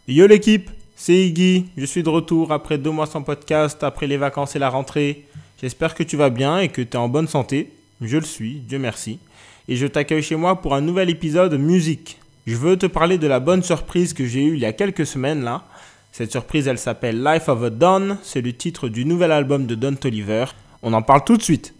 Yo l'équipe, c'est Iggy, je suis de retour après 2 mois sans podcast, après les vacances et la rentrée. J'espère que tu vas bien et que tu es en bonne santé. Je le suis, Dieu merci. Et je t'accueille chez moi pour un nouvel épisode musique. Je veux te parler de la bonne surprise que j'ai eue il y a quelques semaines là. Cette surprise, elle s'appelle Life of a Don, c'est le titre du nouvel album de Don Toliver. On en parle tout de suite.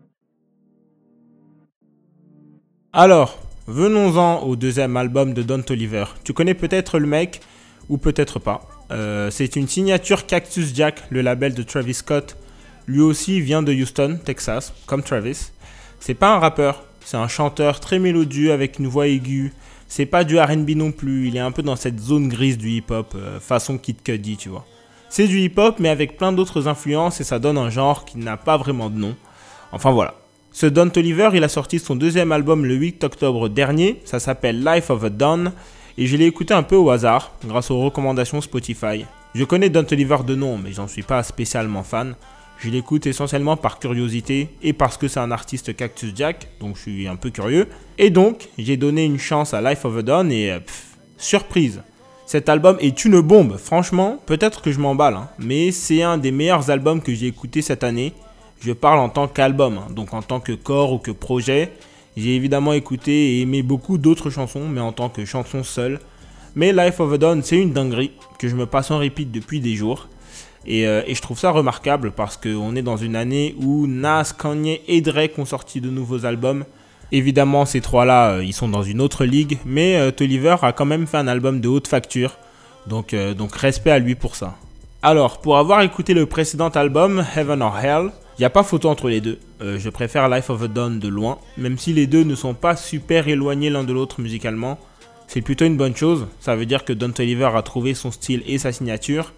Alors, venons-en au deuxième album de Don Toliver. Tu connais peut-être le mec, ou peut-être pas. C'est une signature Cactus Jack, le label de Travis Scott. Lui aussi vient de Houston, Texas, comme Travis. C'est pas un rappeur, c'est un chanteur très mélodieux avec une voix aiguë. C'est pas du R&B non plus, il est un peu dans cette zone grise du hip-hop, façon Kid Cudi, tu vois. C'est du hip-hop, mais avec plein d'autres influences et ça donne un genre qui n'a pas vraiment de nom. Enfin voilà. Ce Don Toliver, il a sorti son deuxième album le 8 octobre dernier, ça s'appelle Life of a Don, et je l'ai écouté un peu au hasard, grâce aux recommandations Spotify. Je connais Don Toliver de nom, mais j'en suis pas spécialement fan. Je l'écoute essentiellement par curiosité et parce que c'est un artiste Cactus Jack, donc je suis un peu curieux. Et donc, j'ai donné une chance à Life of a Don et surprise. Cet album est une bombe, franchement, peut-être que je m'emballe, mais c'est un des meilleurs albums que j'ai écouté cette année. Je parle en tant qu'album, donc en tant que corps ou que projet. J'ai évidemment écouté et aimé beaucoup d'autres chansons, mais en tant que chanson seule. Mais Life of a Don, c'est une dinguerie que je me passe en repeat depuis des jours. Et je trouve ça remarquable parce qu'on est dans une année où Nas, Kanye et Drake ont sorti de nouveaux albums. Évidemment, ces trois-là, ils sont dans une autre ligue, mais Toliver a quand même fait un album de haute facture. Donc respect à lui pour ça. Alors, pour avoir écouté le précédent album, Heaven or Hell, il n'y a pas photo entre les deux. Je préfère Life of a Don de loin, même si les deux ne sont pas super éloignés l'un de l'autre musicalement. C'est plutôt une bonne chose, ça veut dire que Don Toliver a trouvé son style et sa signature.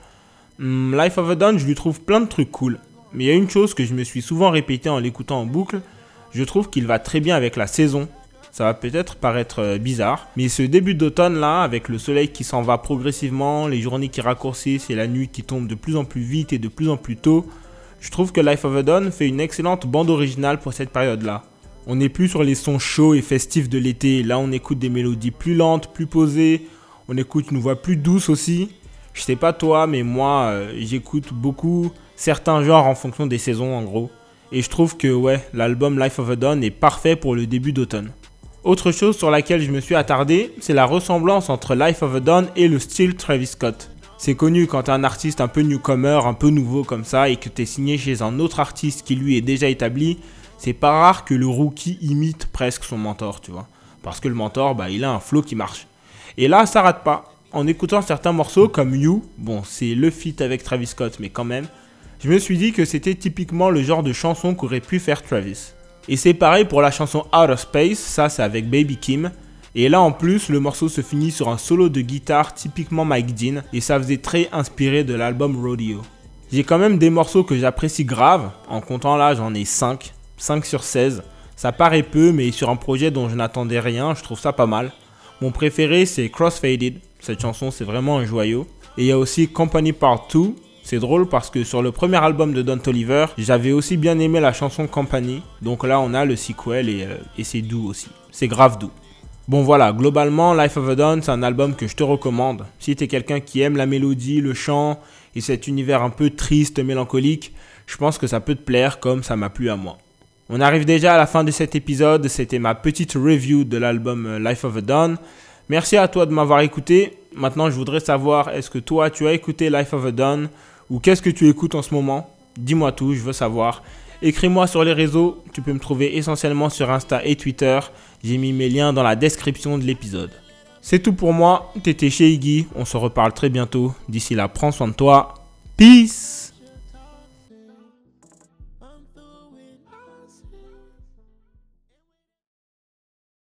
Life of a Don, je lui trouve plein de trucs cool. Mais il y a une chose que je me suis souvent répété en l'écoutant en boucle, je trouve qu'il va très bien avec la saison. Ça va peut-être paraître bizarre, mais ce début d'automne là, avec le soleil qui s'en va progressivement, les journées qui raccourcissent et la nuit qui tombe de plus en plus vite et de plus en plus tôt, je trouve que Life of a Don fait une excellente bande originale pour cette période-là. On n'est plus sur les sons chauds et festifs de l'été, là on écoute des mélodies plus lentes, plus posées, on écoute une voix plus douce aussi. Je sais pas toi, mais moi j'écoute beaucoup certains genres en fonction des saisons en gros. Et je trouve que l'album Life of a Don est parfait pour le début d'automne. Autre chose sur laquelle je me suis attardé, c'est la ressemblance entre Life of a Don et le style Travis Scott. C'est connu quand t'es un artiste un peu newcomer, un peu nouveau comme ça, et que t'es signé chez un autre artiste qui lui est déjà établi, c'est pas rare que le rookie imite presque son mentor, tu vois. Parce que le mentor, il a un flow qui marche. Et là, ça rate pas. En écoutant certains morceaux comme You, bon, c'est le feat avec Travis Scott, mais quand même, je me suis dit que c'était typiquement le genre de chanson qu'aurait pu faire Travis. Et c'est pareil pour la chanson Out of Space, ça c'est avec Baby Kim. Et là en plus, le morceau se finit sur un solo de guitare typiquement Mike Dean, et ça faisait très inspiré de l'album Rodeo. J'ai quand même des morceaux que j'apprécie grave, en comptant là j'en ai 5 sur 16. Ça paraît peu, mais sur un projet dont je n'attendais rien, je trouve ça pas mal. Mon préféré c'est Crossfaded, cette chanson c'est vraiment un joyau. Et il y a aussi Company Part 2, c'est drôle parce que sur le premier album de Don Toliver, j'avais aussi bien aimé la chanson Company. Donc là on a le sequel et c'est doux aussi, c'est grave doux. Bon voilà, globalement Life of a Don c'est un album que je te recommande. Si t'es quelqu'un qui aime la mélodie, le chant et cet univers un peu triste, mélancolique, je pense que ça peut te plaire comme ça m'a plu à moi. On arrive déjà à la fin de cet épisode, c'était ma petite review de l'album Life of a Don. Merci à toi de m'avoir écouté. Maintenant, je voudrais savoir, est-ce que toi, tu as écouté Life of a Don ou qu'est-ce que tu écoutes en ce moment? Dis-moi tout, je veux savoir. Écris-moi sur les réseaux, tu peux me trouver essentiellement sur Insta et Twitter. J'ai mis mes liens dans la description de l'épisode. C'est tout pour moi, t'étais chez Iggy, on se reparle très bientôt. D'ici là, prends soin de toi. Peace!